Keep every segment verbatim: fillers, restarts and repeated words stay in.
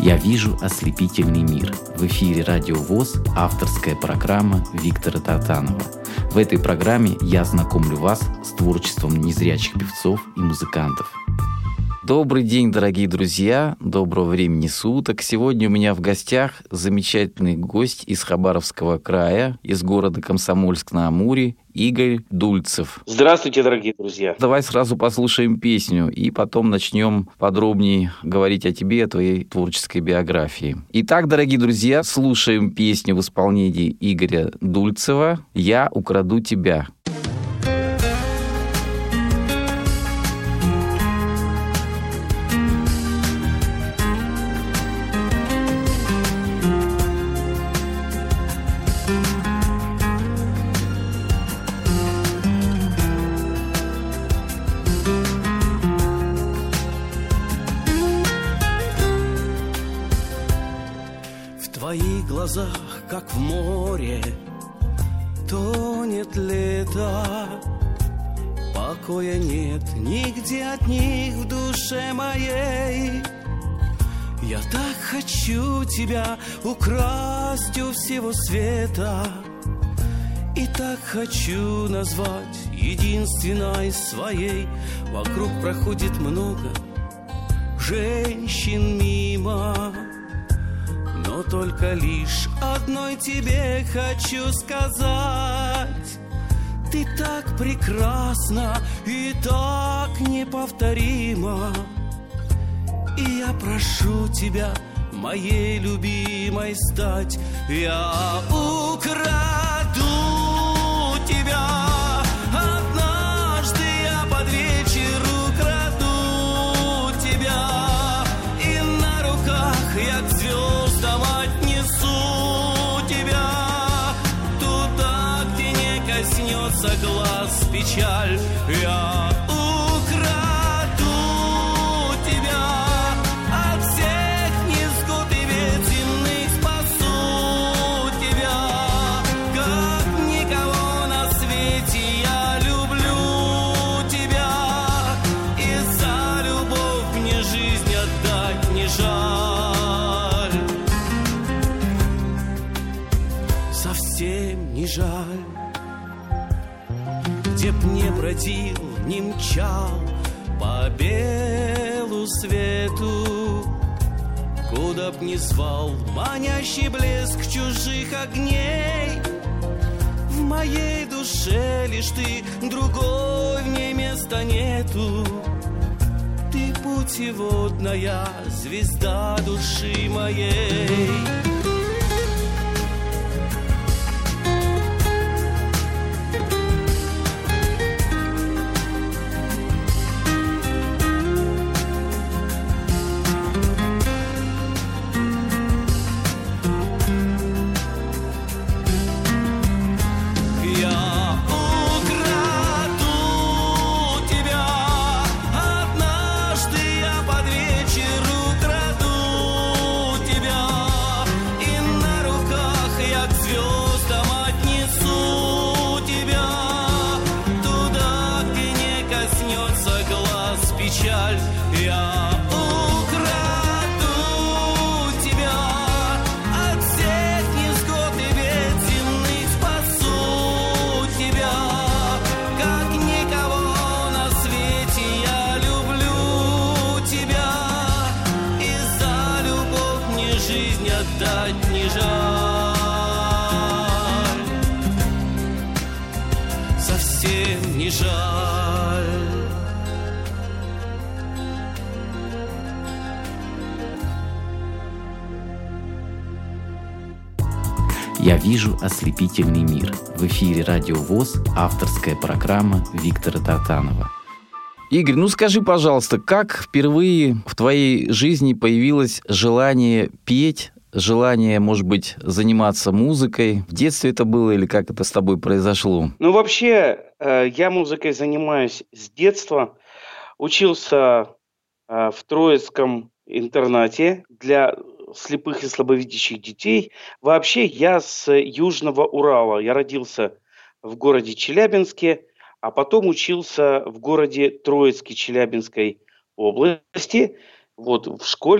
Я вижу ослепительный мир. В эфире Радио ВОС, авторская программа Виктора Тартанова. В этой программе я знакомлю вас с творчеством незрячих певцов и музыкантов. Добрый день, дорогие друзья, доброго времени суток. Сегодня у меня в гостях замечательный гость из Хабаровского края, из города Комсомольск-на-Амуре, Игорь Дульцев. Здравствуйте, дорогие друзья. Давай сразу послушаем песню и потом начнем подробнее говорить о тебе, о твоей творческой биографии. Итак, дорогие друзья, слушаем песню в исполнении Игоря Дульцева «Я украду тебя». Как в море тонет лето, покоя нет нигде от них в душе моей. Я так хочу тебя украсть у всего света, и так хочу назвать единственной своей. Вокруг проходит много женщин мимо, но только лишь одной тебе хочу сказать: ты так прекрасна и так неповторима, и я прошу тебя моей любимой стать. Я украду тебя, однажды я под вечер украду тебя, и на руках я к звездам отнесу тебя, туда, где не коснется глаз печаль. Я украду тебя, от всех невзгод и бед земных спасу тебя, как никого на свете я люблю тебя, и за любовь мне жизнь отдать не жаль, совсем не жаль. Где б не бродил, не мчал по белу свету, куда б не звал манящий блеск чужих огней, в моей душе лишь ты, другой в ней места нету. Ты путеводная звезда души моей. Я вижу ослепительный мир. В эфире Радио ВОС, авторская программа Виктора Тартанова. Игорь, ну скажи, пожалуйста, как впервые в твоей жизни появилось желание петь, желание, может быть, заниматься музыкой? В детстве это было или как это с тобой произошло? Ну, вообще, я музыкой занимаюсь с детства. Учился в Троицком интернате для слепых и слабовидящих детей. Вообще, я с Южного Урала. Я родился в городе Челябинске, а потом учился в городе Троицке Челябинской области, вот в школе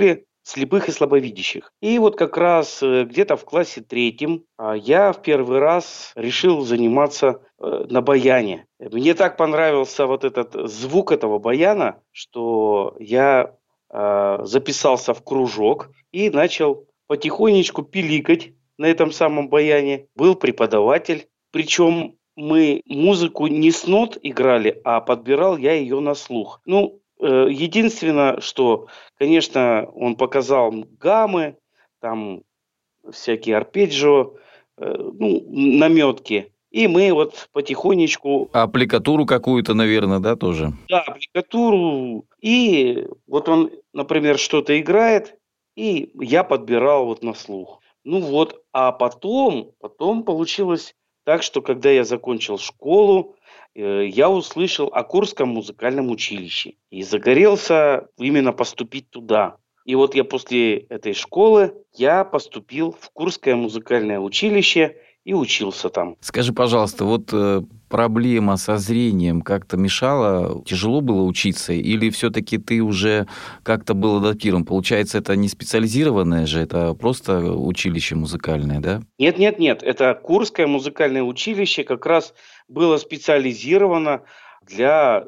слепых и слабовидящих. И вот как раз э, где-то в классе третьем а, я в первый раз решил заниматься э, на баяне. Мне так понравился вот этот звук этого баяна, что я э, записался в кружок и начал потихонечку пиликать на этом самом баяне. Был преподаватель, причем мы музыку не с нот играли, а подбирал я ее на слух. Ну, э, единственное, что, конечно, он показал гаммы, там всякие арпеджио, э, ну, наметки. И мы вот потихонечку... А аппликатуру какую-то, наверное, да, тоже? Да, аппликатуру. И вот он, например, что-то играет, и я подбирал вот на слух. Ну вот, а потом, потом получилось так, что когда я закончил школу, э, я услышал о Курском музыкальном училище. И загорелся именно поступить туда. И вот я после этой школы, я поступил в Курское музыкальное училище и учился там. Скажи, пожалуйста, вот э, проблема со зрением как-то мешала? Тяжело было учиться? Или все-таки ты уже как-то был адаптирован? Получается, это не специализированное же, это просто училище музыкальное, да? Нет, нет, нет. Это Курское музыкальное училище как раз было специализировано для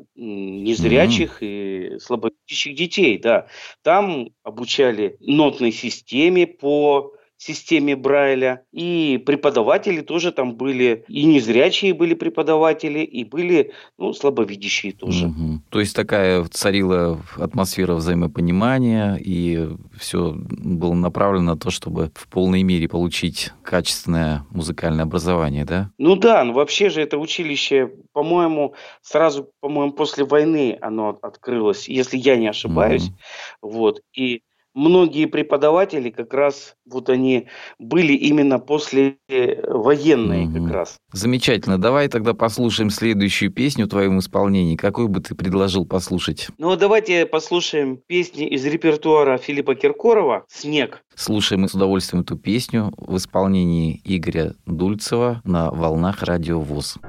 незрячих mm-hmm. и слабовидящих детей, да. Там обучали нотной системе по системе Брайля, и преподаватели тоже там были, и незрячие были преподаватели, и были, ну, слабовидящие тоже. Угу. То есть такая царила атмосфера взаимопонимания, и все было направлено на то, чтобы в полной мере получить качественное музыкальное образование, да? Ну да, ну вообще же это училище, по-моему, сразу, по-моему, после войны оно открылось, если я не ошибаюсь, угу. вот, и многие преподаватели как раз вот они были именно после военные mm-hmm. как раз. Замечательно. Давай тогда послушаем следующую песню в твоем исполнении. Какую бы ты предложил послушать? Ну, давайте послушаем песни из репертуара Филиппа Киркорова «Снег». Слушаем с удовольствием эту песню в исполнении Игоря Дульцева на волнах Радио ВОС.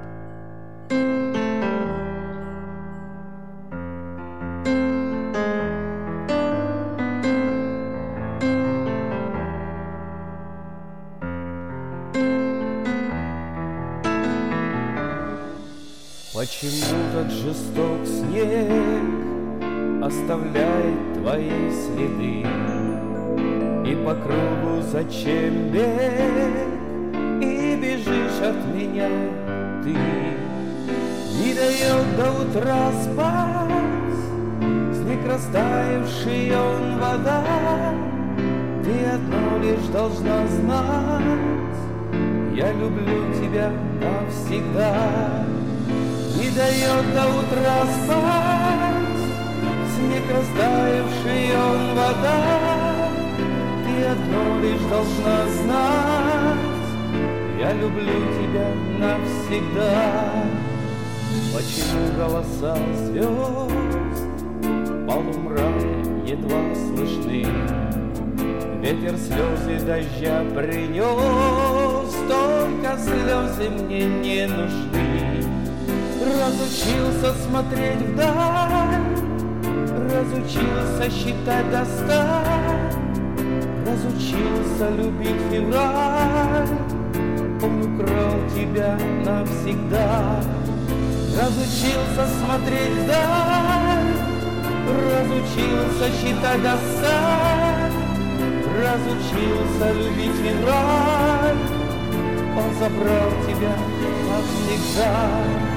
Почему так жесток снег оставляет твои следы? И по кругу зачем бег? И бежишь от меня ты. Не дает до утра спать снег растаявший, он вода. Ты одно лишь должна знать: я люблю тебя навсегда. Не дает до утра спать снег растаявший, он вода. Ты одно лишь должна знать: я люблю тебя навсегда. Почему голоса звезд в полумраке едва слышны? Ветер слезы дождя принес, только слезы мне не нужны. Разучился смотреть вдаль, разучился считать до ста, разучился любить февраль, он украл тебя навсегда. Разучился смотреть вдаль, разучился считать до ста, разучился любить февраль, он забрал тебя навсегда.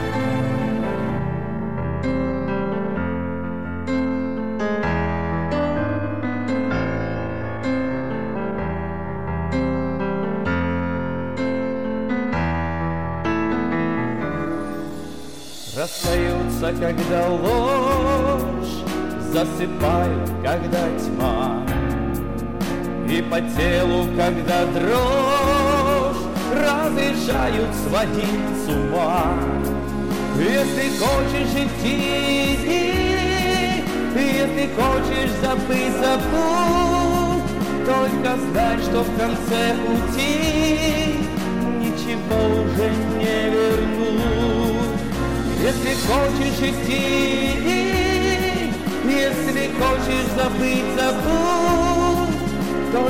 Расстаются, когда ложь, засыпают, когда тьма, и по телу, когда дрожь, разрешают сводить с ума. Если хочешь идти, иди, если хочешь забыть, забудь, только знай, что в конце пути ничего уже не вернуть. Если хочешь идти, иди, если хочешь забыть, забудь,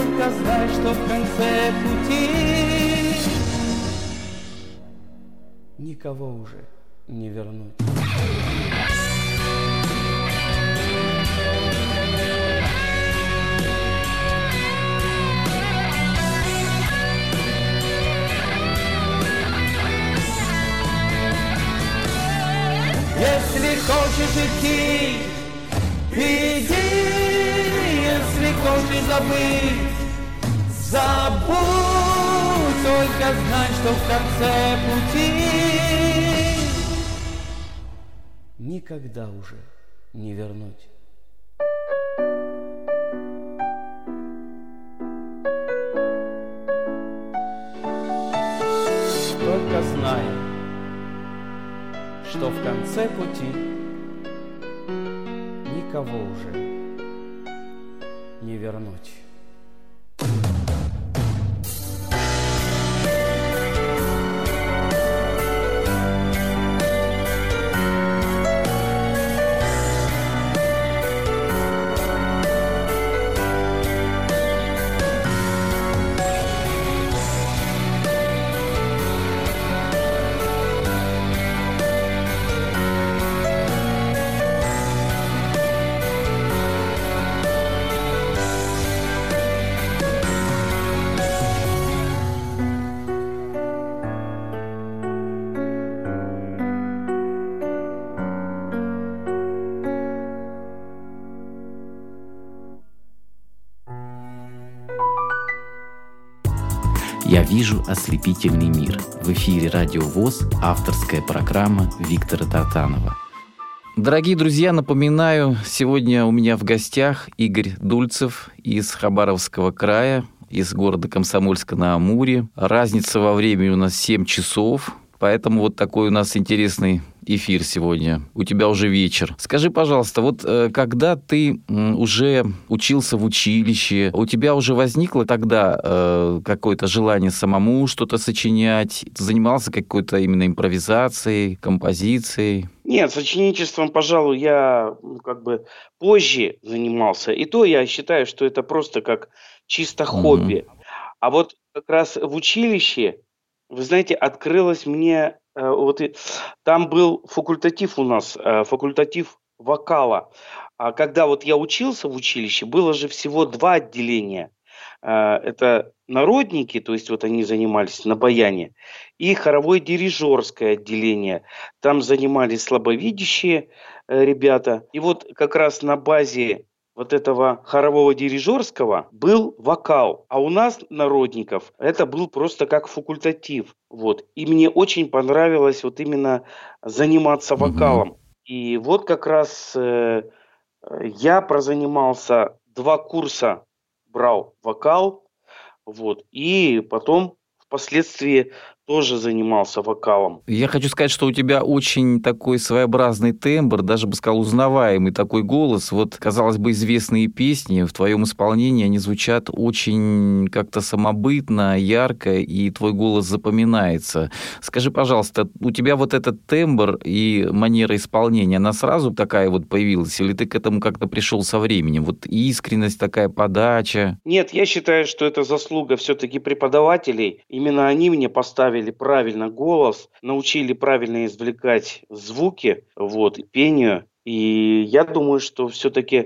Только знай, что в конце пути никого уже не вернуть. Если хочешь идти, иди, если хочешь забыть, забудь, только знай, что в конце пути никогда уже не вернуть. Только знай, что в конце пути никого уже не вернуть. «Я вижу ослепительный мир». В эфире Радио ВОС, авторская программа Виктора Тартанова. Дорогие друзья, напоминаю, сегодня у меня в гостях Игорь Дульцев из Хабаровского края, из города Комсомольска-на-Амуре. Разница во времени у нас семь часов, поэтому вот такой у нас интересный эфир сегодня. У тебя уже вечер. Скажи, пожалуйста, вот э, когда ты м, уже учился в училище, у тебя уже возникло тогда э, какое-то желание самому что-то сочинять? Ты занимался какой-то именно импровизацией, композицией? Нет, сочинительством, пожалуй, я ну, как бы позже занимался. И то я считаю, что это просто как чисто хобби. Mm-hmm. А вот как раз в училище, вы знаете, открылось мне... Вот и, там был факультатив у нас, факультатив вокала. А когда вот я учился в училище, было же всего два отделения. Это народники, то есть вот они занимались на баяне, и хоровое дирижерское отделение. Там занимались слабовидящие ребята. И вот как раз на базе вот этого хорового дирижерского был вокал, а у нас, народников, это был просто как факультатив. Вот. И мне очень понравилось вот именно заниматься вокалом. Mm-hmm. И вот как раз э, я прозанимался два курса, брал вокал, вот, и потом впоследствии тоже занимался вокалом. Я хочу сказать, что у тебя очень такой своеобразный тембр, даже бы сказал, узнаваемый такой голос. Вот, казалось бы, известные песни в твоем исполнении, они звучат очень как-то самобытно, ярко, и твой голос запоминается. Скажи, пожалуйста, у тебя вот этот тембр и манера исполнения, она сразу такая вот появилась, или ты к этому как-то пришел со временем? Вот искренность, такая подача? Нет, я считаю, что это заслуга все-таки преподавателей. Именно они мне поставили правильно голос, научили правильно извлекать звуки, вот, пению. И я думаю, что все-таки,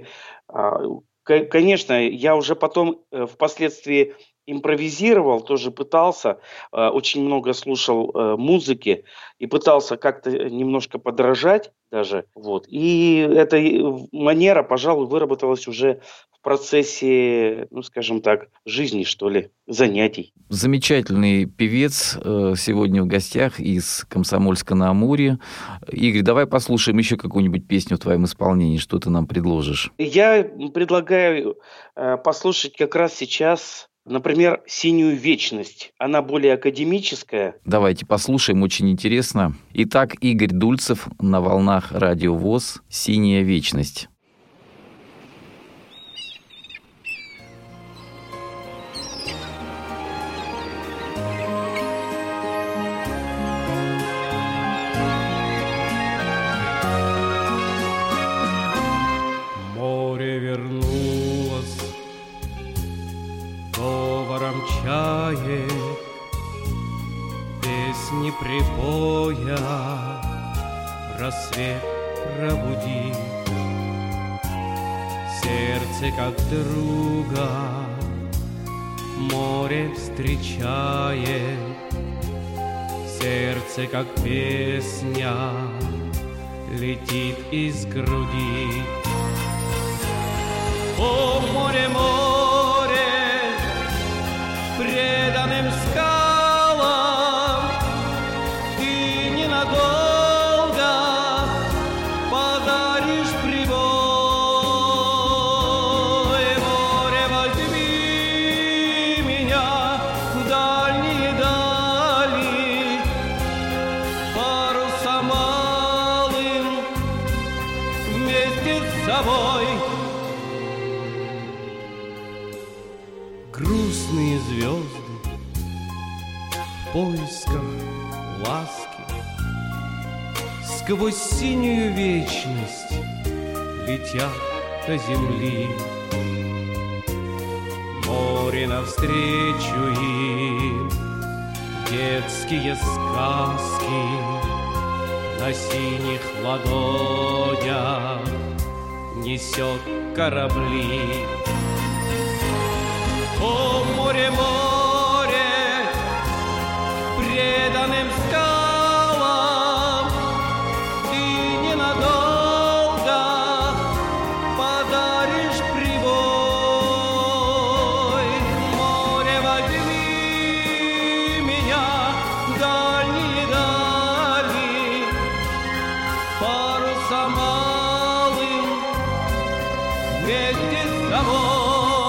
конечно, я уже потом впоследствии импровизировал, тоже пытался, очень много слушал музыки и пытался как-то немножко подражать даже. Вот. И эта манера, пожалуй, выработалась уже в процессе, ну, скажем так, жизни, что ли, занятий. Замечательный певец сегодня в гостях из Комсомольска-на-Амуре. Игорь, давай послушаем еще какую-нибудь песню в твоем исполнении. Что ты нам предложишь? Я предлагаю послушать как раз сейчас, например, «Синюю вечность». Она более академическая. Давайте послушаем, очень интересно. Итак, Игорь Дульцев на волнах Радио ВОС «Синяя вечность». Море вернулось взором чаек, песни прибоя, рассвет пробуди, сердце как друга, море встречает, сердце как песня летит из груди. О, море, море, преданным скалам, ты ненадолго подаришь прибой. Море, возьми меня в дальние дали, парусом малым вместе с собой. Грустные звезды в поисках ласки сквозь синюю вечность летят до земли. Море навстречу им детские сказки на синих ладонях несет корабли. О, море, море, преданным скалам, ты ненадолго подаришь прибой. Море, возьми меня в дальние дали, парусом малым вместе с тобой.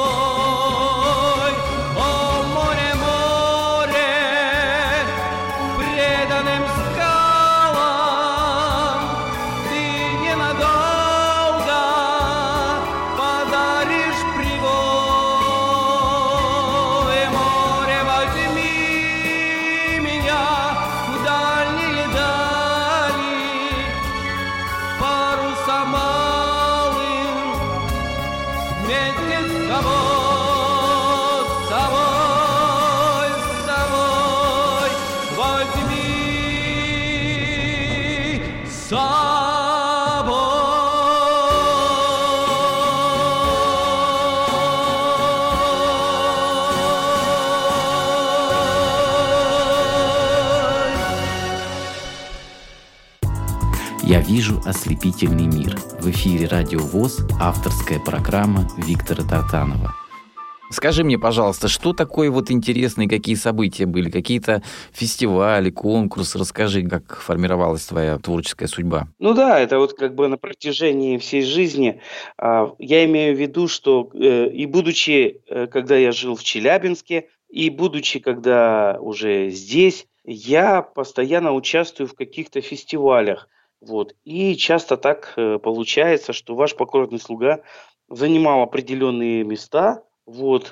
«Я вижу ослепительный мир». В эфире Радио ВОС, авторская программа Виктора Тартанова. Скажи мне, пожалуйста, что такое вот интересные, какие события были? Какие-то фестивали, конкурсы? Расскажи, как формировалась твоя творческая судьба. Ну да, это вот как бы на протяжении всей жизни. Я имею в виду, что и будучи, когда я жил в Челябинске, и будучи, когда уже здесь, я постоянно участвую в каких-то фестивалях. Вот. И часто так получается, что ваш покорный слуга занимал определенные места, вот,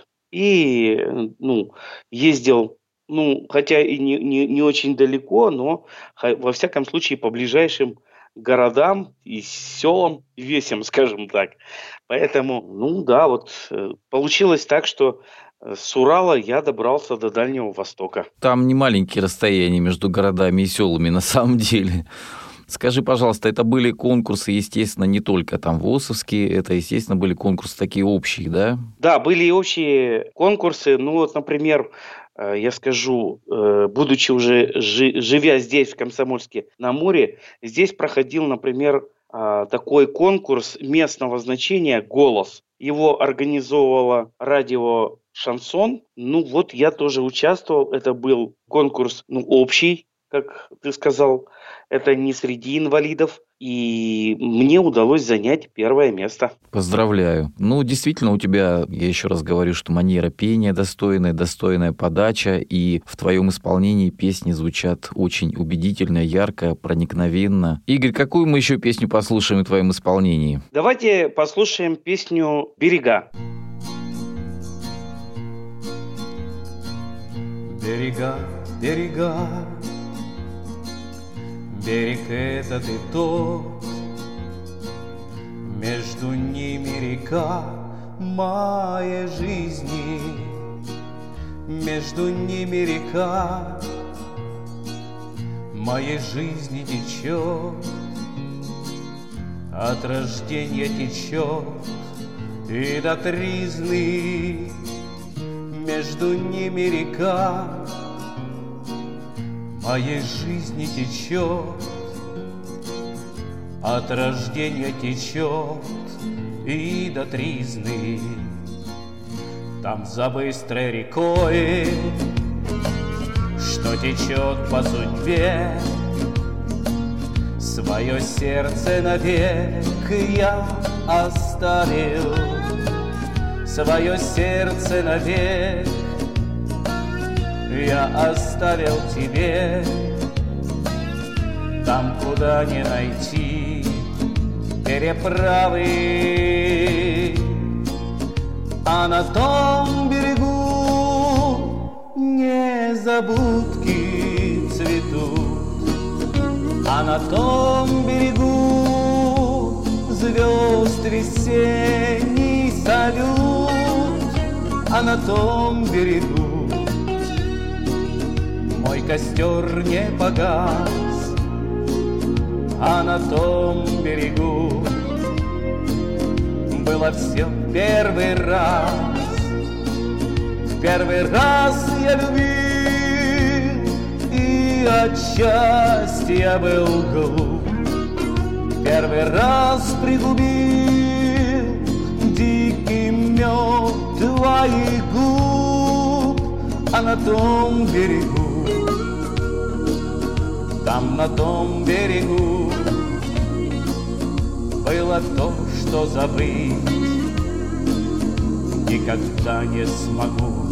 и ну, ездил, ну, хотя и не, не, не очень далеко, но во всяком случае по ближайшим городам и селам, весям, скажем так. Поэтому, ну да, вот получилось так, что с Урала я добрался до Дальнего Востока. Там не маленькие расстояния между городами и селами на самом деле. Скажи, пожалуйста, это были конкурсы, естественно, не только там ВОСовские, это, естественно, были конкурсы такие общие, да? Да, были и общие конкурсы. Ну вот, например, я скажу, будучи уже, живя здесь, в Комсомольске-на-Амуре, здесь проходил, например, такой конкурс местного значения «Голос». Его организовывало радио «Шансон». Ну вот я тоже участвовал. Это был конкурс, ну, общий, как ты сказал. Это не среди инвалидов. И мне удалось занять первое место. Поздравляю. Ну, действительно, у тебя, я еще раз говорю, что манера пения достойная, достойная подача, и в твоем исполнении песни звучат очень убедительно, ярко, проникновенно. Игорь, какую мы еще песню послушаем в твоем исполнении? Давайте послушаем песню «Берега». Берега, берега, берег этот и тот, между ними река моей жизни. между ними река моей жизни течет, от рождения течет и до тризны. Между ними река моей жизни течет, от рождения течет и до тризны. Там за быстрой рекой, что течет по судьбе, свое сердце навек я оставил, свое сердце навек я оставил тебе. Там, куда не найти переправы, а на том берегу незабудки цветут, а на том берегу звезд весенний салют, а на том берегу мой костер не погас, а на том берегу было все в первый раз. В первый раз я любил и от счастья был глуп. Первый раз пригубил дикий мед твоих губ, а на том берегу, там на том берегу было то, что забыть никогда не смогу.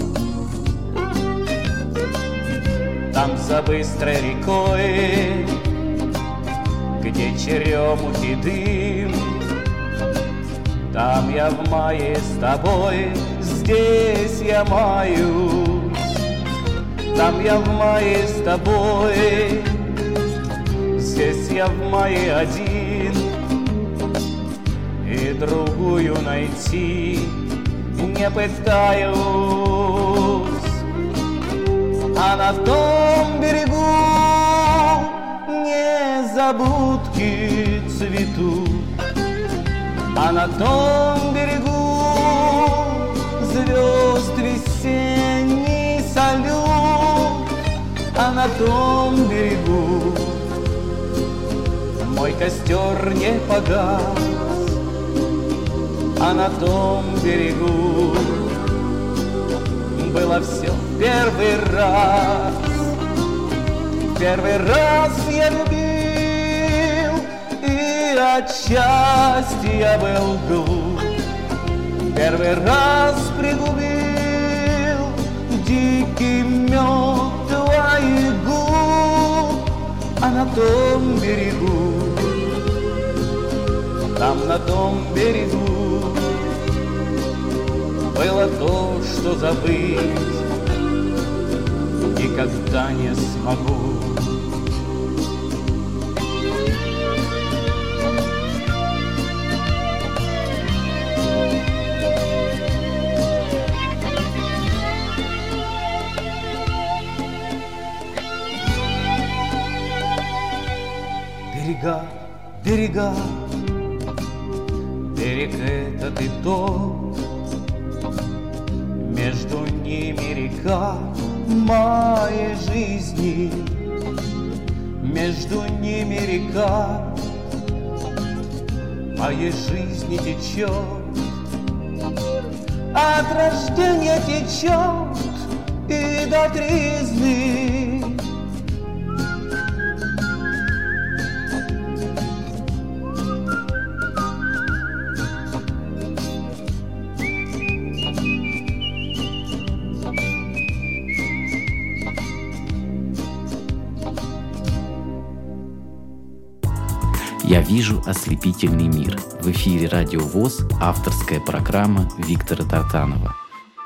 Там за быстрой рекой, где черемухи дым, там я в мае с тобой, здесь я маюсь. Там я в мае с тобой, здесь я в мае один, и другую найти не пытаюсь. А на том берегу незабудки цветут, а на том берегу звезд весенний салют, а на том берегу мой костер не погас, а на том берегу было все в первый раз. В первый раз я любил и от счастья был глуп. Первый раз пригубил дикий мед твоих губ, а на том берегу, там на том берегу было то, что забыть никогда не смогу. Берега, берега, берег этот и тот, между ними река моей жизни, между ними река моей жизни течет, от рождения течет и до тризны. «Я вижу ослепительный мир». В эфире Радио ВОС, авторская программа Виктора Тартанова.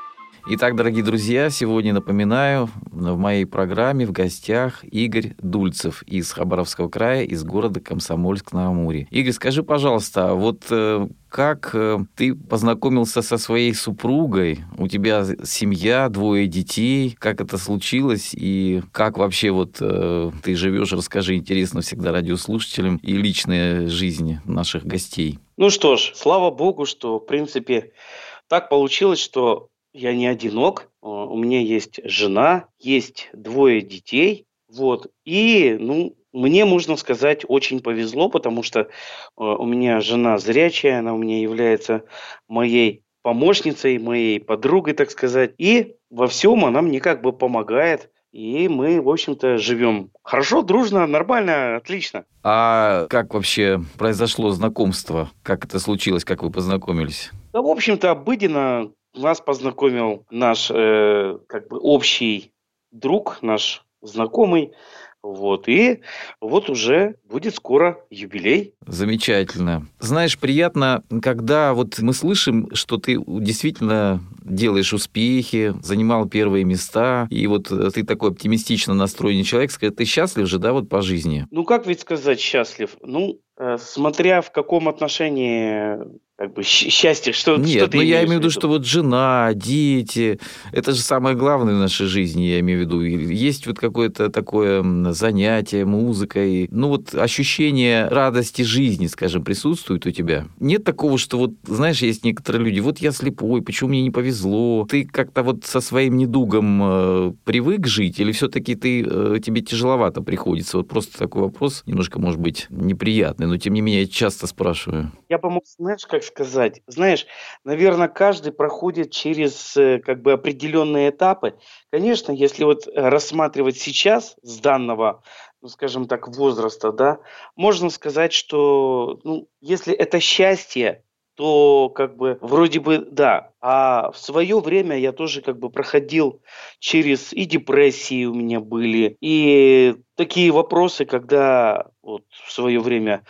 Итак, дорогие друзья, сегодня напоминаю, в моей программе в гостях Игорь Дульцев из Хабаровского края, из города Комсомольск-на-Амуре. Игорь, скажи, пожалуйста, вот э, как э, ты познакомился со своей супругой? У тебя семья, двое детей. Как это случилось? И как вообще вот э, ты живешь? Расскажи, интересно всегда радиослушателям и личная жизнь наших гостей. Ну что ж, слава богу, что, в принципе, так получилось, что я не одинок. У меня есть жена, есть двое детей. Вот. И, ну, мне, можно сказать, очень повезло, потому что э, у меня жена зрячая, она у меня является моей помощницей, моей подругой, так сказать. И во всем она мне как бы помогает. И мы, в общем-то, живем хорошо, дружно, нормально, отлично. А как вообще произошло знакомство? Как это случилось? Как вы познакомились? Да, в общем-то, обыденно нас познакомил наш э, как бы общий друг, наш знакомый. Вот, и вот уже будет скоро юбилей. Замечательно. Знаешь, приятно, когда вот мы слышим, что ты действительно делаешь успехи, занимал первые места, и вот ты такой оптимистично настроенный человек. Скажи, ты счастлив же, да, вот по жизни? Ну, как ведь сказать счастлив? Ну, э, смотря в каком отношении, как бы, щ- счастье, что, что Нет, ты ну я имеешь в имею в виду, виду? что вот жена, дети, это же самое главное в нашей жизни, я имею в виду. И есть вот какое-то такое м, занятие музыкой, ну вот ощущение радости жизни, скажем, присутствует у тебя? Нет такого, что вот, знаешь, есть некоторые люди, вот я слепой, почему мне не повезло? Ты как-то вот со своим недугом э, привык жить, или все-таки ты, э, тебе тяжеловато приходится? Вот просто такой вопрос, немножко, может быть, неприятный, но тем не менее я часто спрашиваю. Я бы, знаешь, как сказать? Знаешь, наверное, каждый проходит через э, как бы определенные этапы. Конечно, если вот э, рассматривать сейчас с данного, ну, скажем так, возраста, да, можно сказать, что, ну, если это счастье, то как бы вроде бы да. А в свое время я тоже как бы проходил через и депрессии у меня были, и такие вопросы, когда вот в свое время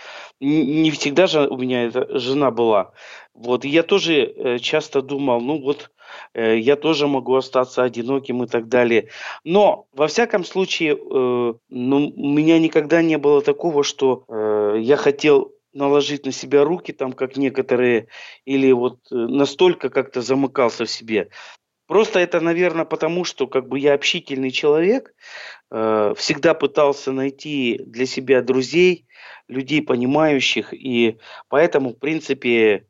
Н не всегда же у меня эта жена была. Вот, и я тоже, э, часто думал, ну вот, э, я тоже могу остаться одиноким и так далее. Но во всяком случае, э, ну, у меня никогда не было такого, что, э, я хотел наложить на себя руки, там, как некоторые, или вот, э, настолько как-то замыкался в себе. Просто это, наверное, потому, что как бы я общительный человек, э, всегда пытался найти для себя друзей, людей понимающих, и поэтому, в принципе,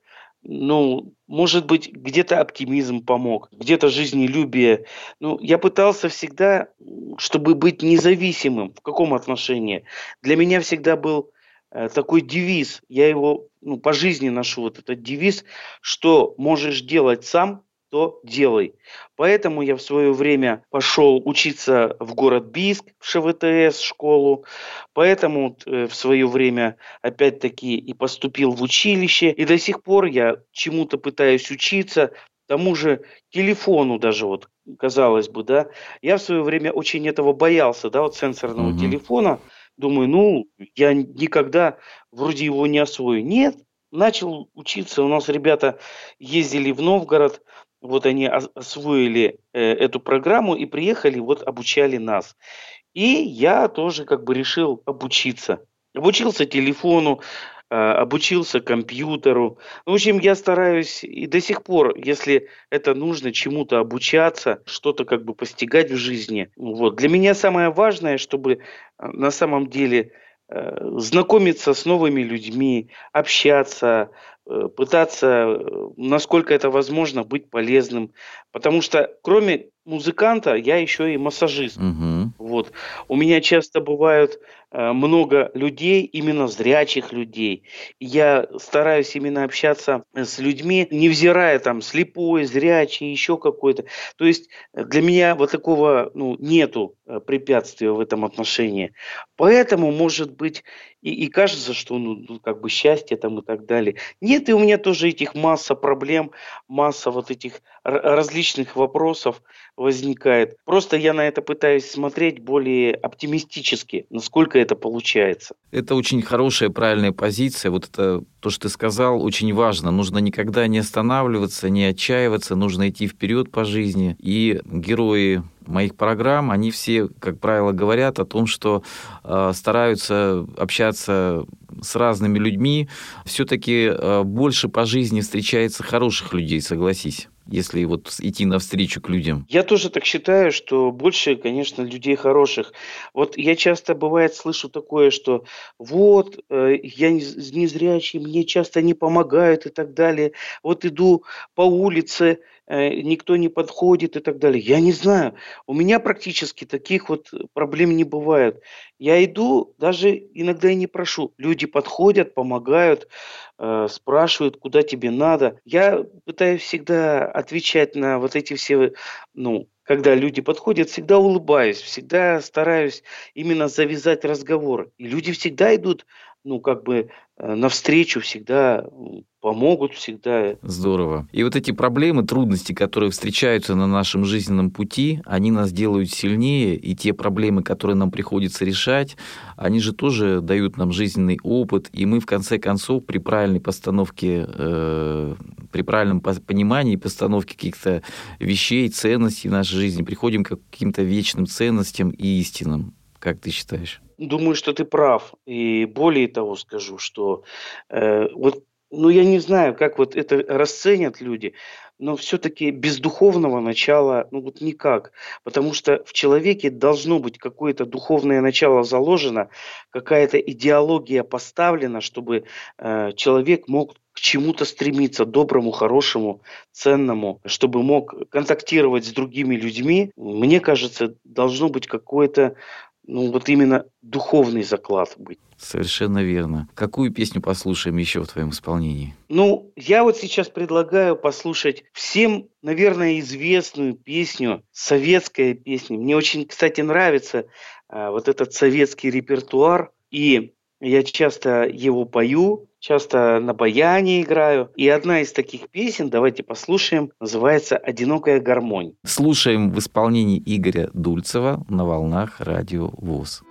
ну, может быть, где-то оптимизм помог, где-то жизнелюбие. Ну, я пытался всегда, м, чтобы быть независимым. В каком отношении? Для меня всегда был э, такой девиз, я его, ну, по жизни ношу, вот этот девиз, что можешь делать сам, то делай. Поэтому я в свое время пошел учиться в город Бийск, в ШВТС школу. Поэтому вот, э, в свое время опять-таки и поступил в училище. И до сих пор я чему-то пытаюсь учиться. Тому же телефону даже вот, казалось бы, да. Я в свое время очень этого боялся, да, вот сенсорного Мгм. телефона. Думаю, ну, я никогда вроде его не освою. Нет, начал учиться. У нас ребята ездили в Новгород, вот они ос- освоили э, эту программу и приехали, вот обучали нас. И я тоже как бы решил обучиться. Обучился телефону, э, обучился компьютеру. В общем, я стараюсь и до сих пор, если это нужно, чему-то обучаться, что-то как бы постигать в жизни. Вот. Для меня самое важное, чтобы э, на самом деле э, знакомиться с новыми людьми, общаться, э, пытаться, э, насколько это возможно, быть полезным. Потому что кроме музыканта я еще и массажист. Мгм. Вот. У меня часто бывают э, много людей, именно зрячих людей. И я стараюсь именно общаться э, с людьми, невзирая там слепой, зрячий, еще какой-то. То есть э, для меня вот такого, ну, нету э, препятствия в этом отношении. Поэтому, может быть, и, и кажется, что ну, ну, как бы счастье там и так далее. Нет, и у меня тоже этих масса проблем, масса вот этих р- различных вопросов возникает. Просто я на это пытаюсь смотреть более оптимистически, насколько это получается. Это очень хорошая, правильная позиция. Вот это то, что ты сказал, очень важно. Нужно никогда не останавливаться, не отчаиваться, нужно идти вперед по жизни. И герои моих программ, они все, как правило, говорят о том, что э, стараются общаться с разными людьми. Все-таки э, больше по жизни встречается хороших людей, согласись, если вот идти навстречу к людям. Я тоже так считаю, что больше, конечно, людей хороших. Вот я часто, бывает, слышу такое, что вот, э, я не- незрячий, мне часто не помогают и так далее. Вот иду по улице, э, никто не подходит и так далее. Я не знаю, у меня практически таких вот проблем не бывает. Я иду, даже иногда и не прошу. Люди подходят, помогают, э, спрашивают, куда тебе надо. Я пытаюсь всегда отвечать на вот эти все, ну, когда люди подходят, всегда улыбаюсь, всегда стараюсь именно завязать разговор. И люди всегда идут, ну, как бы э, навстречу, всегда м, помогут, всегда. Здорово. И вот эти проблемы, трудности, которые встречаются на нашем жизненном пути, они нас делают сильнее, и те проблемы, которые нам приходится решать, они же тоже дают нам жизненный опыт, и мы в конце концов при правильной постановке, э, при правильном по- понимании и постановке каких-то вещей, ценностей в нашей жизни приходим к каким-то вечным ценностям и истинам. Как ты считаешь? Думаю, что ты прав. И более того скажу, что э, вот, ну, я не знаю, как вот это расценят люди, но все-таки без духовного начала, ну, вот никак. Потому что в человеке должно быть какое-то духовное начало заложено, какая-то идеология поставлена, чтобы э, человек мог к чему-то стремиться, доброму, хорошему, ценному, чтобы мог контактировать с другими людьми. Мне кажется, должно быть какое-то, ну, вот именно духовный заклад быть. Совершенно верно. Какую песню послушаем еще в твоем исполнении? Ну, я вот сейчас предлагаю послушать всем, наверное, известную песню, советская песня. Мне очень, кстати, нравится а, вот этот советский репертуар, и я часто его пою, часто на баяне играю. И одна из таких песен, давайте послушаем, называется «Одинокая гармонь». Слушаем в исполнении Игоря Дульцева на волнах Радио ВОС.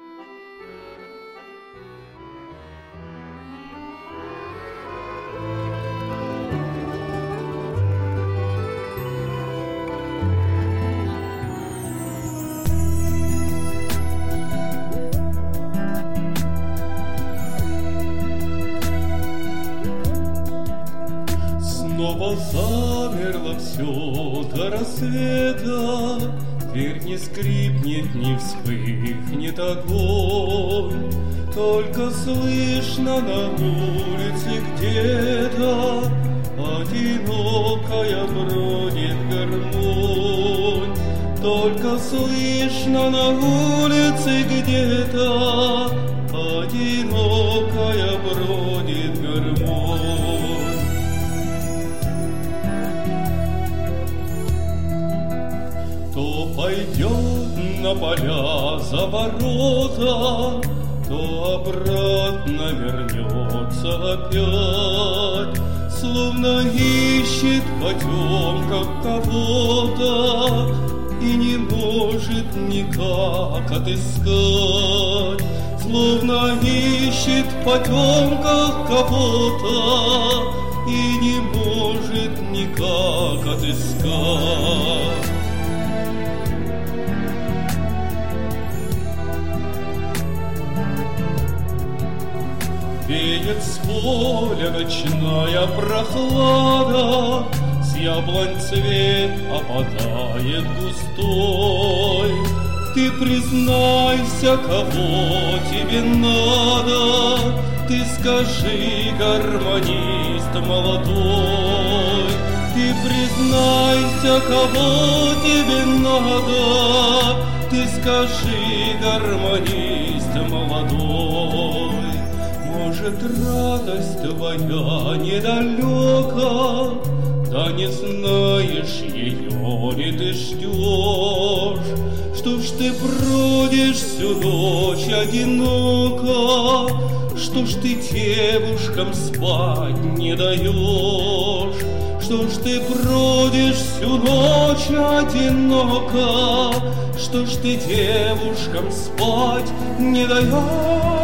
Снова замерло все до рассвета, дверь не скрипнет, не вспыхнет огонь, только слышно на улице где-то одинокая бродит гармонь, только слышно на улице где-то одинокая бродит гармонь. То пойдет на поля за ворота, то обратно вернется опять, словно ищет в потемках кого-то и не может никак отыскать, словно ищет в потемках кого-то и не может никак отыскать. Веет с поля ночная прохлада, с яблонь цвет опадает густой. Ты признайся, кого тебе надо, ты скажи, гармонист молодой. Ты признайся, кого тебе надо, ты скажи, гармонист молодой. Может, радость твоя недалека, да не знаешь ее, ли ты ждешь? Что ж ты бродишь всю ночь одиноко, Что ж ты девушкам спать не даешь? Что ж ты бродишь всю ночь одиноко? Что ж ты девушкам спать не даешь?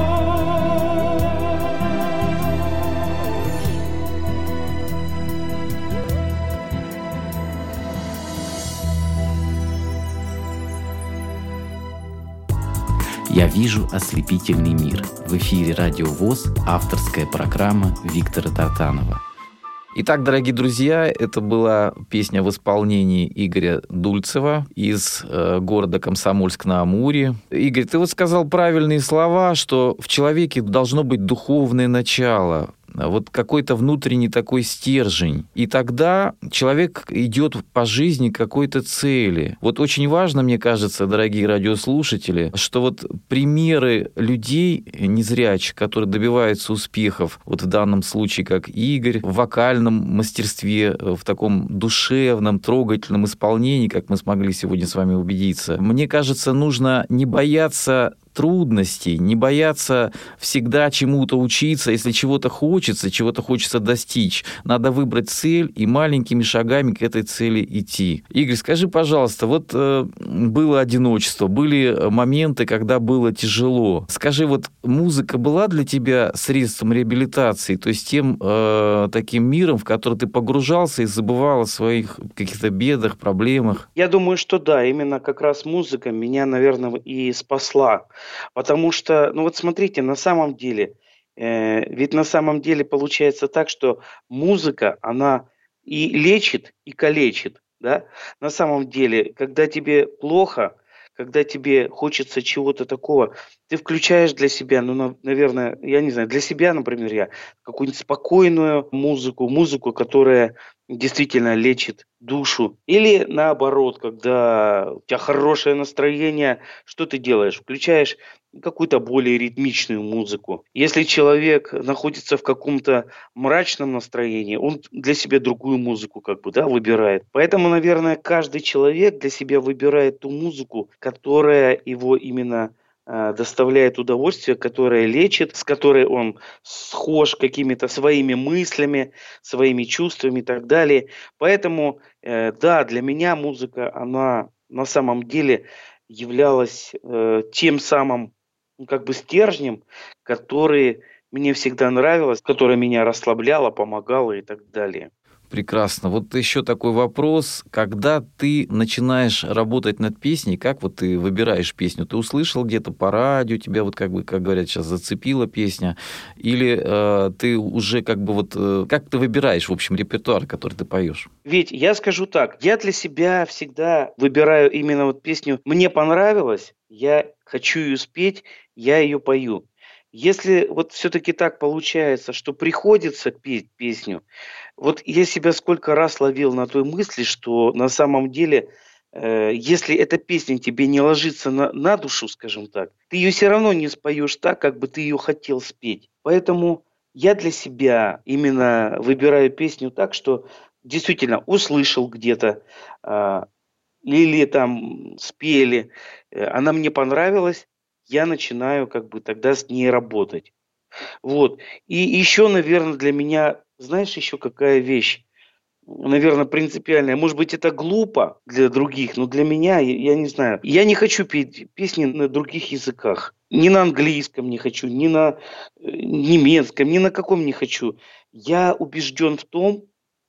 «Я вижу ослепительный мир». В эфире Радио ВОС, авторская программа Виктора Тартанова. Итак, дорогие друзья, это была песня в исполнении Игоря Дульцева из э, города Комсомольск-на-Амуре. Игорь, ты вот сказал правильные слова, что в человеке должно быть духовное начало, вот какой-то внутренний такой стержень. И тогда человек идет по жизни к какой-то цели. Вот очень важно, мне кажется, дорогие радиослушатели, что вот примеры людей незрячих, которые добиваются успехов, вот в данном случае, как Игорь, в вокальном мастерстве, в таком душевном, трогательном исполнении, как мы смогли сегодня с вами убедиться, мне кажется, нужно не бояться трудностей, не бояться всегда чему-то учиться, если чего-то хочется, чего-то хочется достичь. Надо выбрать цель и маленькими шагами к этой цели идти. Игорь, скажи, пожалуйста, вот э, было одиночество, были моменты, когда было тяжело. Скажи, вот музыка была для тебя средством реабилитации, то есть тем э, таким миром, в который ты погружался и забывал о своих каких-то бедах, проблемах? Я думаю, что да, именно как раз музыка меня, наверное, и спасла. Потому что, ну вот смотрите, на самом деле, э, ведь на самом деле получается так, что музыка, она и лечит, и калечит, да? На самом деле, когда тебе плохо, когда тебе хочется чего-то такого, ты включаешь для себя, ну, на- наверное, я не знаю, для себя, например, я какую-нибудь спокойную музыку, музыку, которая действительно лечит душу. Или наоборот, когда у тебя хорошее настроение, что ты делаешь? Включаешь какую-то более ритмичную музыку. Если человек находится в каком-то мрачном настроении, он для себя другую музыку как бы, да, выбирает. Поэтому, наверное, каждый человек для себя выбирает ту музыку, которая его именно э, доставляет удовольствие, которая лечит, с которой он схож какими-то своими мыслями, своими чувствами и так далее. Поэтому, э, да, для меня музыка, она на самом деле являлась э, тем самым, ну, как бы стержнем, который мне всегда нравилось, которое меня расслабляло, помогало и так далее. Прекрасно. Вот еще такой вопрос. Когда ты начинаешь работать над песней, как вот ты выбираешь песню? Ты услышал где-то по радио, тебя вот как бы, как говорят сейчас, зацепила песня? Или э, ты уже как бы вот... Э, как ты выбираешь, в общем, репертуар, который ты поешь? Ведь я скажу так, я для себя всегда выбираю именно вот песню «Мне понравилось», я хочу ее спеть, я ее пою. Если вот все-таки так получается, что приходится петь песню, вот я себя сколько раз ловил на той мысли, что на самом деле, э, если эта песня тебе не ложится на, на душу, скажем так, ты ее все равно не споешь так, как бы ты ее хотел спеть. Поэтому я для себя именно выбираю песню так, что действительно услышал где-то, а, или там спели, э, она мне понравилась, я начинаю как бы тогда с ней работать. Вот. И еще, наверное, для меня, знаешь, еще какая вещь, наверное, принципиальная. Может быть, это глупо для других, но для меня, я, я не знаю. Я не хочу петь песни на других языках. Ни на английском не хочу, ни на э, немецком, ни на каком не хочу. Я убежден в том,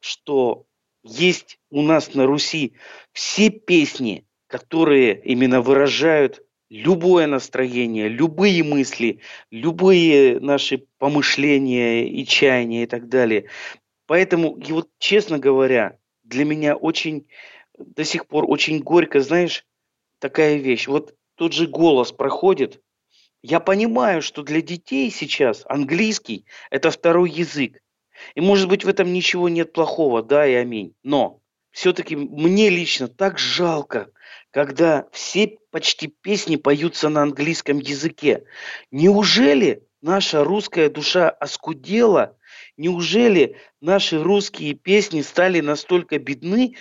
что есть у нас на Руси все песни, которые именно выражают любое настроение, любые мысли, любые наши помышления и чаяния и так далее. Поэтому, и вот честно говоря, для меня очень, до сих пор очень горько, знаешь, такая вещь. Вот тот же голос проходит. Я понимаю, что для детей сейчас английский– это второй язык. И может быть в этом ничего нет плохого, да и аминь. Но все-таки мне лично так жалко, когда все почти песни поются на английском языке. Неужели наша русская душа оскудела? Неужели наши русские песни стали настолько бедны,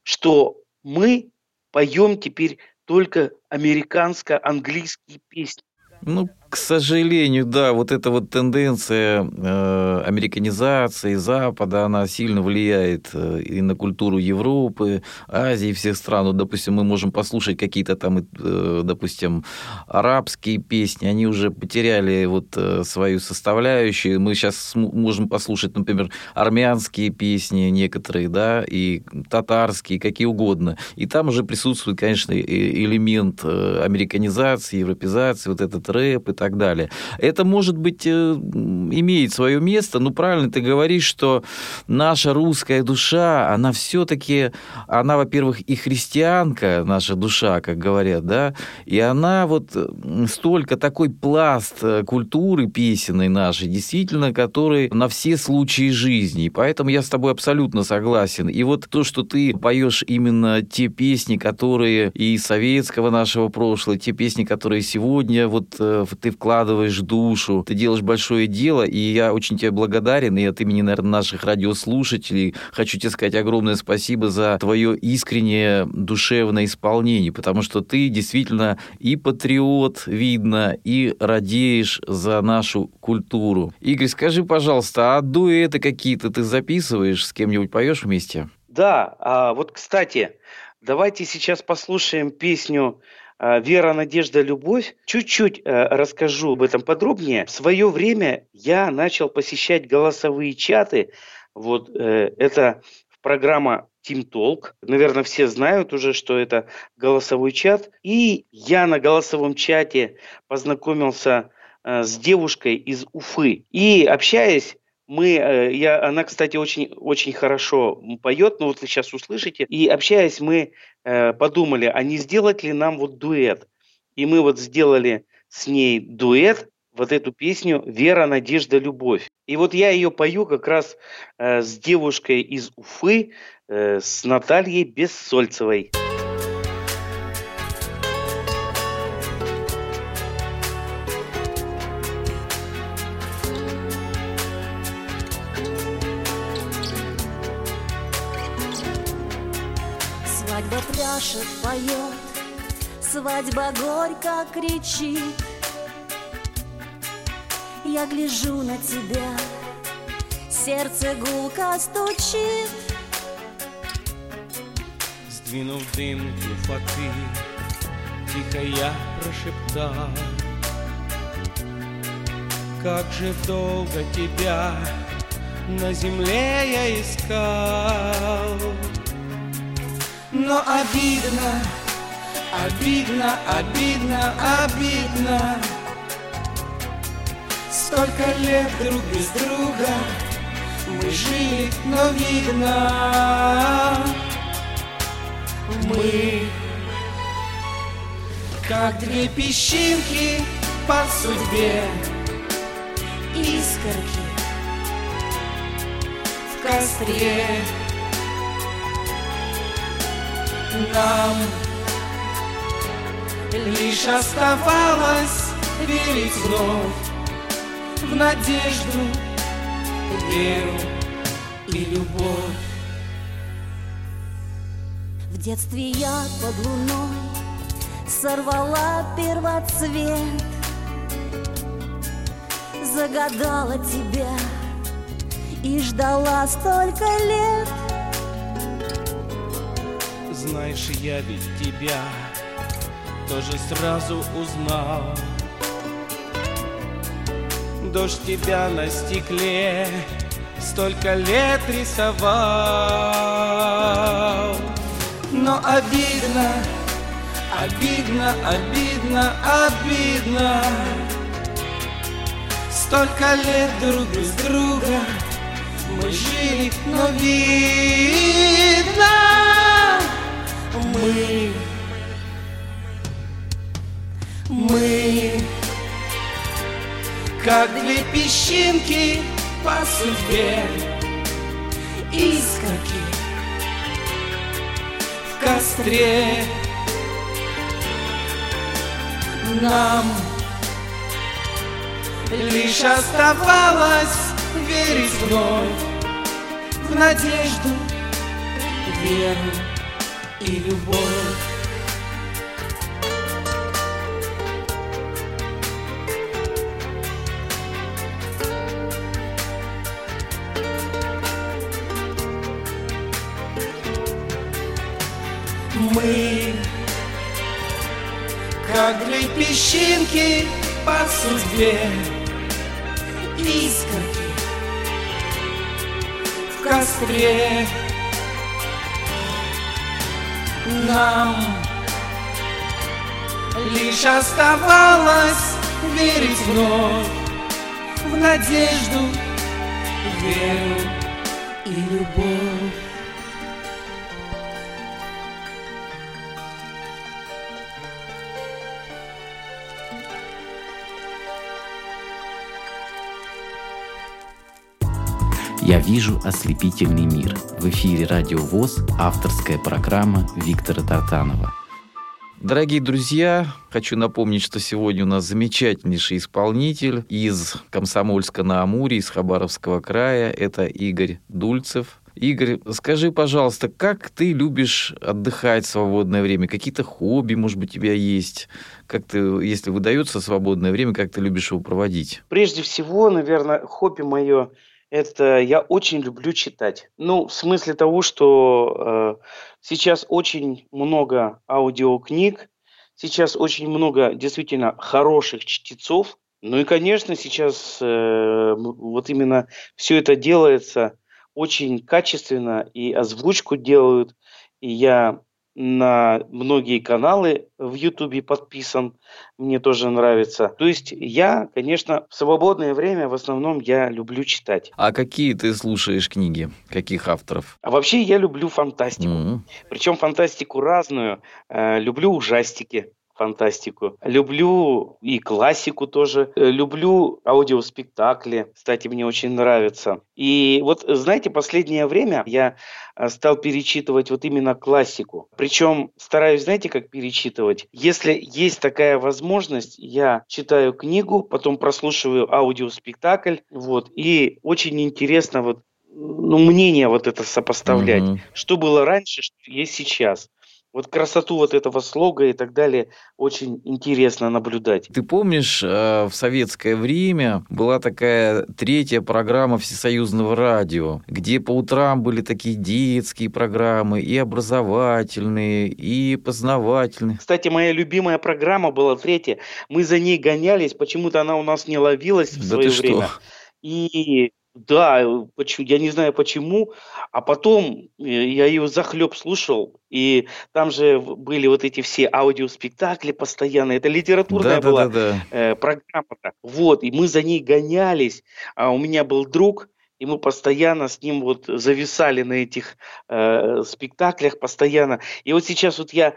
что мы поем теперь только американско-английские песни? Ну, К сожалению, да, вот эта вот тенденция э, американизации Запада, она сильно влияет э, и на культуру Европы, Азии, всех стран. Вот, допустим, мы можем послушать какие-то там, э, допустим, арабские песни, они уже потеряли вот э, свою составляющую. Мы сейчас можем послушать, например, армянские песни некоторые, да, и татарские, какие угодно. И там уже присутствует, конечно, элемент американизации, европеизации, вот этот рэп и так далее. Это, может быть, имеет свое место, но правильно ты говоришь, что наша русская душа, она все-таки, она, во-первых, и христианка, наша душа, как говорят, да, и она вот столько, такой пласт культуры песенной нашей, действительно, который на все случаи жизни. И поэтому я с тобой абсолютно согласен. И вот то, что ты поешь именно те песни, которые и советского нашего прошлого, те песни, которые сегодня вот ты вкладываешь в душу, ты делаешь большое дело, и я очень тебе благодарен, и от имени, наверное, наших радиослушателей хочу тебе сказать огромное спасибо за твое искреннее душевное исполнение, потому что ты действительно и патриот, видно, и радеешь за нашу культуру. Игорь, скажи, пожалуйста, а дуэты какие-то ты записываешь, с кем-нибудь поешь вместе? Да, а вот, кстати, давайте сейчас послушаем песню «Вера, надежда, любовь». Чуть-чуть расскажу об этом подробнее. В свое время я начал посещать голосовые чаты. Вот это программа Team Talk. Наверное, все знают уже, что это голосовой чат. И я на голосовом чате познакомился с девушкой из Уфы. И общаясь, мы, я, она, кстати, очень, очень хорошо поет, ну вот вы сейчас услышите. И общаясь, мы э, подумали, а не сделать ли нам вот дуэт. И мы вот сделали с ней дуэт, вот эту песню «Вера, надежда, любовь». И вот я ее пою как раз э, с девушкой из Уфы, э, с Натальей Бессольцевой. Свадьба пляшет, поет, свадьба горько кричит. Я гляжу на тебя, сердце гулко стучит. Сдвинув дымки фаты, тихо я прошептал: как же долго тебя на земле я искал. Но обидно, обидно, обидно, обидно. Столько лет друг без друга мы жили, но видно, мы как две песчинки по судьбе, искорки в костре. Нам лишь оставалось верить вновь в надежду, веру и любовь. В детстве я под луной сорвала первоцвет, загадала тебя и ждала столько лет. Знаешь, я ведь тебя тоже сразу узнал. Дождь тебя на стекле столько лет рисовал. Но обидно, обидно, обидно, обидно. Столько лет друг без друга мы жили, но видно, мы, мы как две песчинки по судьбе, искорки в костре. Нам лишь оставалось верить вновь в надежду, веру и любовь. искорки, как две песчинки по судьбе. Искорки в костре. Нам лишь оставалось верить вновь в надежду, веру и любовь. «Я вижу ослепительный мир». В эфире Радио ВОС, авторская программа Виктора Тартанова. Дорогие друзья, хочу напомнить, что сегодня у нас замечательнейший исполнитель из Комсомольска-на-Амуре, из Хабаровского края. Это Игорь Дульцев. Игорь, скажи, пожалуйста, как ты любишь отдыхать в свободное время? Какие-то хобби, может быть, у тебя есть? Как ты, если выдается свободное время, как ты любишь его проводить? Прежде всего, наверное, хобби мое – это я очень люблю читать. Ну, в смысле того, что э, сейчас очень много аудиокниг, сейчас очень много действительно хороших чтецов. Ну и, конечно, сейчас э, вот именно все это делается очень качественно, и озвучку делают, и я на многие каналы в Ютубе подписан, мне тоже нравится. То есть я, конечно, в свободное время в основном я люблю читать. А какие ты слушаешь книги? Каких авторов? А вообще я люблю фантастику. Mm-hmm. Причем фантастику разную. Э, люблю ужастики. Фантастику. Люблю и классику тоже. Люблю аудиоспектакли. Кстати, мне очень нравится. И вот, знаете, последнее время я стал перечитывать вот именно классику. Причем стараюсь, знаете, как перечитывать? Если есть такая возможность, я читаю книгу, потом прослушиваю аудиоспектакль. Вот, и очень интересно вот, ну, мнение вот это сопоставлять. Mm-hmm. Что было раньше, что есть сейчас. Вот красоту вот этого слога и так далее очень интересно наблюдать. Ты помнишь, в советское время была такая третья программа Всесоюзного радио, где по утрам были такие детские программы, и образовательные, и познавательные. Кстати, моя любимая программа была третья. Мы за ней гонялись, почему-то она у нас не ловилась в да свое время. Что? И... Да, я не знаю почему, а потом я ее захлеб слушал, и там же были вот эти все аудиоспектакли постоянно, это литературная да, была да, да, да. Э, программа-то, вот, и мы за ней гонялись, а у меня был друг, и мы постоянно с ним вот зависали на этих э, спектаклях постоянно, и вот сейчас вот я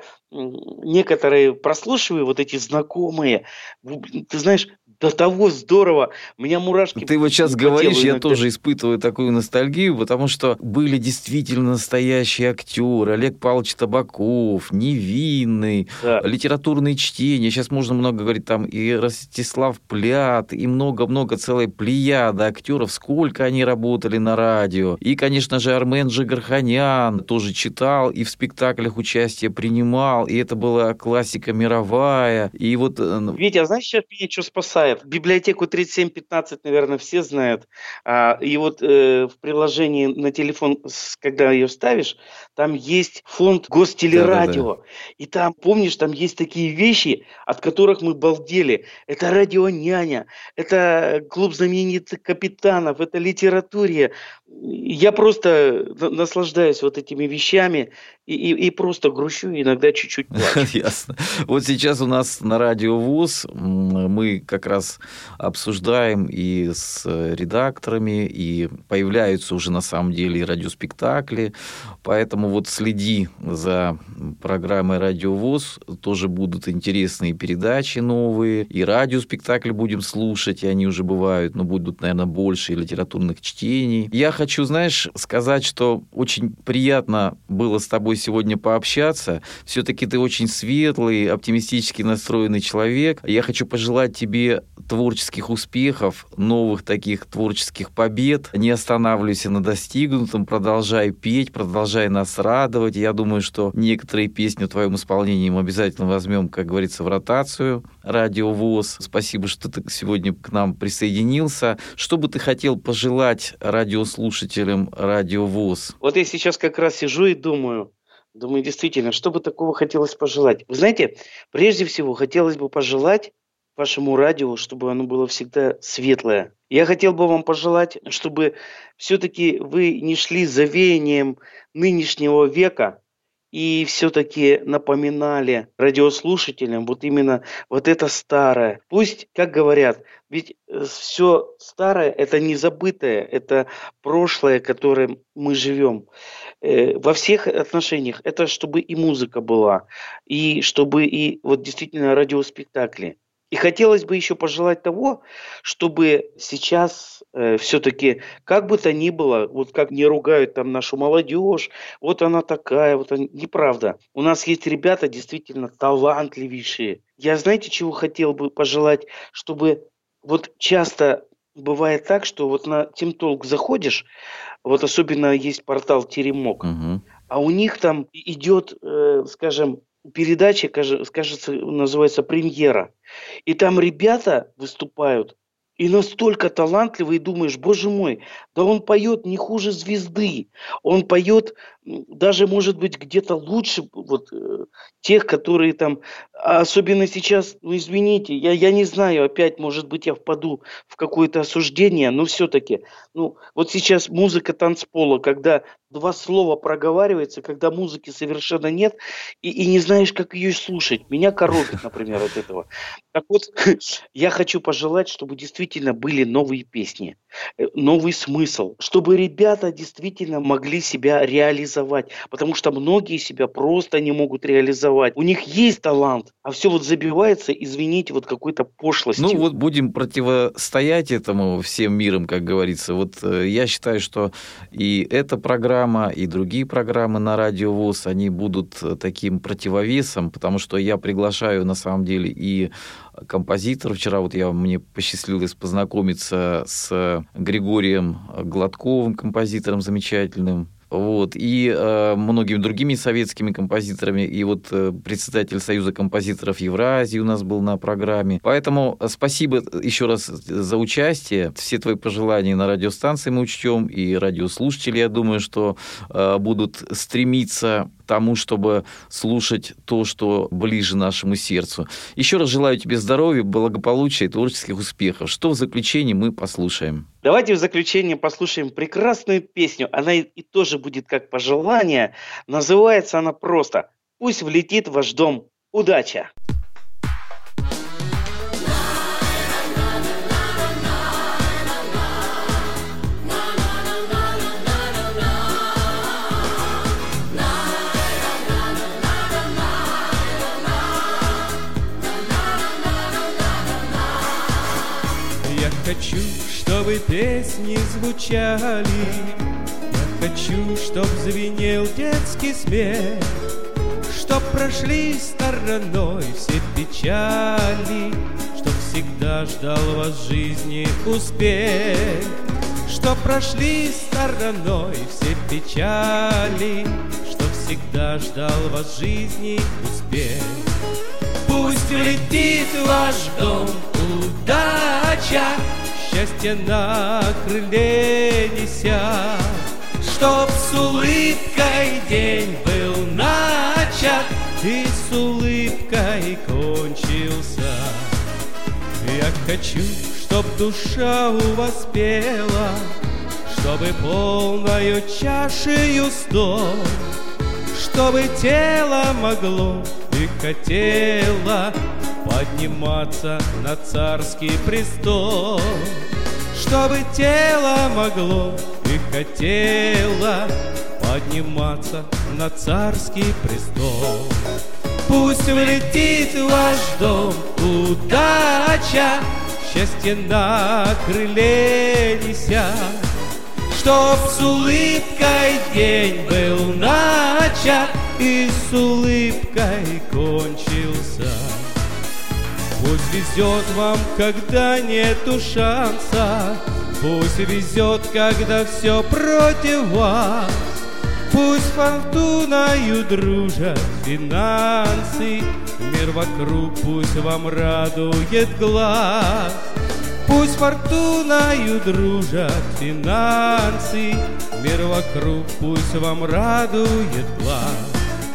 некоторые прослушиваю, вот эти знакомые, ты знаешь, до того здорово. У меня мурашки... Ты вот сейчас говоришь, я тоже испытываю такую ностальгию, потому что были действительно настоящие актеры. Олег Павлович Табаков, Невинный, да. Литературные чтения. Сейчас можно много говорить, там и Ростислав Плят, и много-много, целая плеяда актеров. Сколько они работали на радио. И, конечно же, Армен Джигарханян тоже читал и в спектаклях участие принимал. И это была классика мировая. И вот... Витя, а знаешь, сейчас меня что спасает? Библиотеку тридцать семь пятнадцать, наверное, все знают. И вот э, в приложении на телефон, когда ее ставишь, там есть фонд Гостелерадио. Да, да, да. И там, помнишь, там есть такие вещи, от которых мы балдели. Это радио «Няня», это клуб знаменитых капитанов, это литературия. Я просто наслаждаюсь вот этими вещами и, и, и просто грущу, иногда чуть-чуть плачу. Ясно. Вот сейчас у нас на Радио ВОС мы как раз обсуждаем и с редакторами, и появляются уже на самом деле и радиоспектакли, поэтому вот следи за программой Радио ВОС, тоже будут интересные передачи новые, и радиоспектакли будем слушать, и они уже бывают, но будут, наверное, больше и литературных чтений. Я хочу, знаешь, сказать, что очень приятно было с тобой сегодня пообщаться, все-таки ты очень светлый, оптимистически настроенный человек, я хочу пожелать тебе творческих успехов, новых таких творческих побед. Не останавливайся на достигнутом, продолжай петь, продолжай нас радовать. Я думаю, что некоторые песни в твоем исполнении мы обязательно возьмем, как говорится, в ротацию Радио ВОС. Спасибо, что ты сегодня к нам присоединился. Что бы ты хотел пожелать радиослушателям Радио ВОС? Вот я сейчас как раз сижу и думаю, Думаю, действительно, что бы такого хотелось пожелать? Вы знаете, прежде всего, хотелось бы пожелать вашему радио, чтобы оно было всегда светлое. Я хотел бы вам пожелать, чтобы все-таки вы не шли за веянием нынешнего века и все-таки напоминали радиослушателям вот именно вот это старое. Пусть, как говорят, ведь все старое – это незабытое, это прошлое, которым мы живем. Во всех отношениях. Это чтобы и музыка была, и чтобы и вот действительно радиоспектакли. И хотелось бы еще пожелать того, чтобы сейчас э, все-таки, как бы то ни было, вот как не ругают там нашу молодежь, вот она такая, вот она... Неправда. У нас есть ребята действительно талантливейшие. Я, знаете, чего хотел бы пожелать, чтобы вот часто бывает так, что вот на Тимтолк заходишь, вот особенно есть портал Теремок, угу. а у них там идет, э, скажем, передача, кажется, называется «Премьера». И там ребята выступают, и настолько талантливый, и думаешь, боже мой, да он поет не хуже звезды. Он поет даже, может быть, где-то лучше вот, э, тех, которые там, особенно сейчас, ну извините, я, я не знаю, опять, может быть, я впаду в какое-то осуждение, но все-таки, ну вот сейчас музыка танцпола, когда два слова проговаривается, когда музыки совершенно нет, и, и не знаешь, как ее слушать. Меня коробит, например, от этого. Так вот, я хочу пожелать, чтобы действительно были новые песни, новый смысл, чтобы ребята действительно могли себя реализовать, потому что многие себя просто не могут реализовать. У них есть талант, а все вот забивается, извините, вот какой-то пошлостью. Ну вот будем противостоять этому всем миром, как говорится. Вот я считаю, что и эта программа, и другие программы на Радио ВОС, они будут таким противовесом, потому что я приглашаю на самом деле и композиторов. Вчера вот я, мне посчастливилось познакомиться с Григорием Гладковым, композитором замечательным, вот, и э, многими другими советскими композиторами, и вот э, председатель Союза композиторов Евразии у нас был на программе. Поэтому спасибо еще раз за участие. Все твои пожелания на радиостанции мы учтем, и радиослушатели, я думаю, что э, будут стремиться к тому, чтобы слушать то, что ближе нашему сердцу. Еще раз желаю тебе здоровья, благополучия и творческих успехов. Что в заключении мы послушаем? Давайте в заключение послушаем прекрасную песню. Она и, и тоже будет как пожелание. Называется она просто «Пусть влетит в ваш дом удача». Хочу, чтобы песни звучали, я хочу, чтоб звенел детский смех, чтоб прошли стороной все печали, чтоб всегда ждал вас в жизни успех, чтоб прошли стороной все печали, чтоб всегда ждал вас в жизни успех. Пусть влетит в ваш дом удача, счастье на крыле неся, чтоб с улыбкой день был начат и с улыбкой кончился. Я хочу, чтоб душа у вас пела, чтобы полною чашею стол, чтобы тело могло и хотело подниматься на царский престол, чтобы тело могло и хотело подниматься на царский престол. Пусть влетит в ваш дом удача, счастье на крыле неся, чтоб с улыбкой день был начат и с улыбкой кончился. Пусть везет вам, когда нету шанса, пусть везет, когда все против вас. Пусть фортуною дружат финансы, мир вокруг пусть вам радует глаз. Пусть фортуною дружат финансы, мир вокруг пусть вам радует глаз.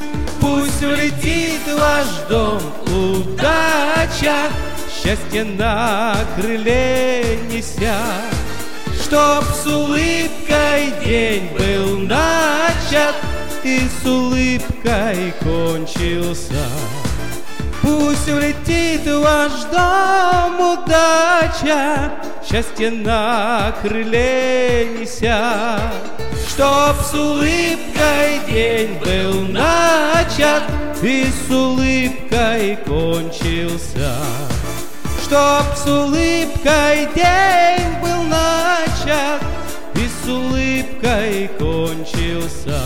Пусть улетит ваш дом удача, счастье на крыле неся, чтоб с улыбкой день был начат и с улыбкой кончился. Пусть улетит ваш дом удача, счастье на крыле неся, чтоб с улыбкой день был начат и с улыбкой кончился. Чтоб с улыбкой день был начат и с улыбкой кончился.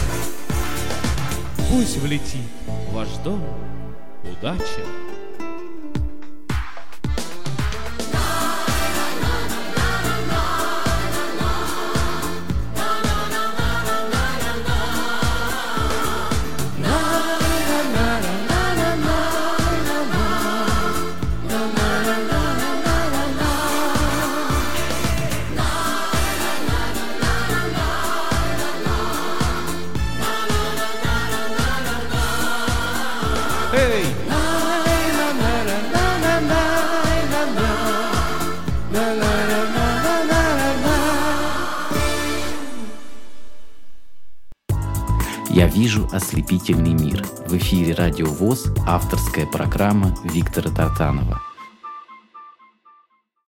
Пусть влетит в ваш дом удача. «Я вижу ослепительный мир». В эфире Радио ВОС, авторская программа Виктора Тартанова.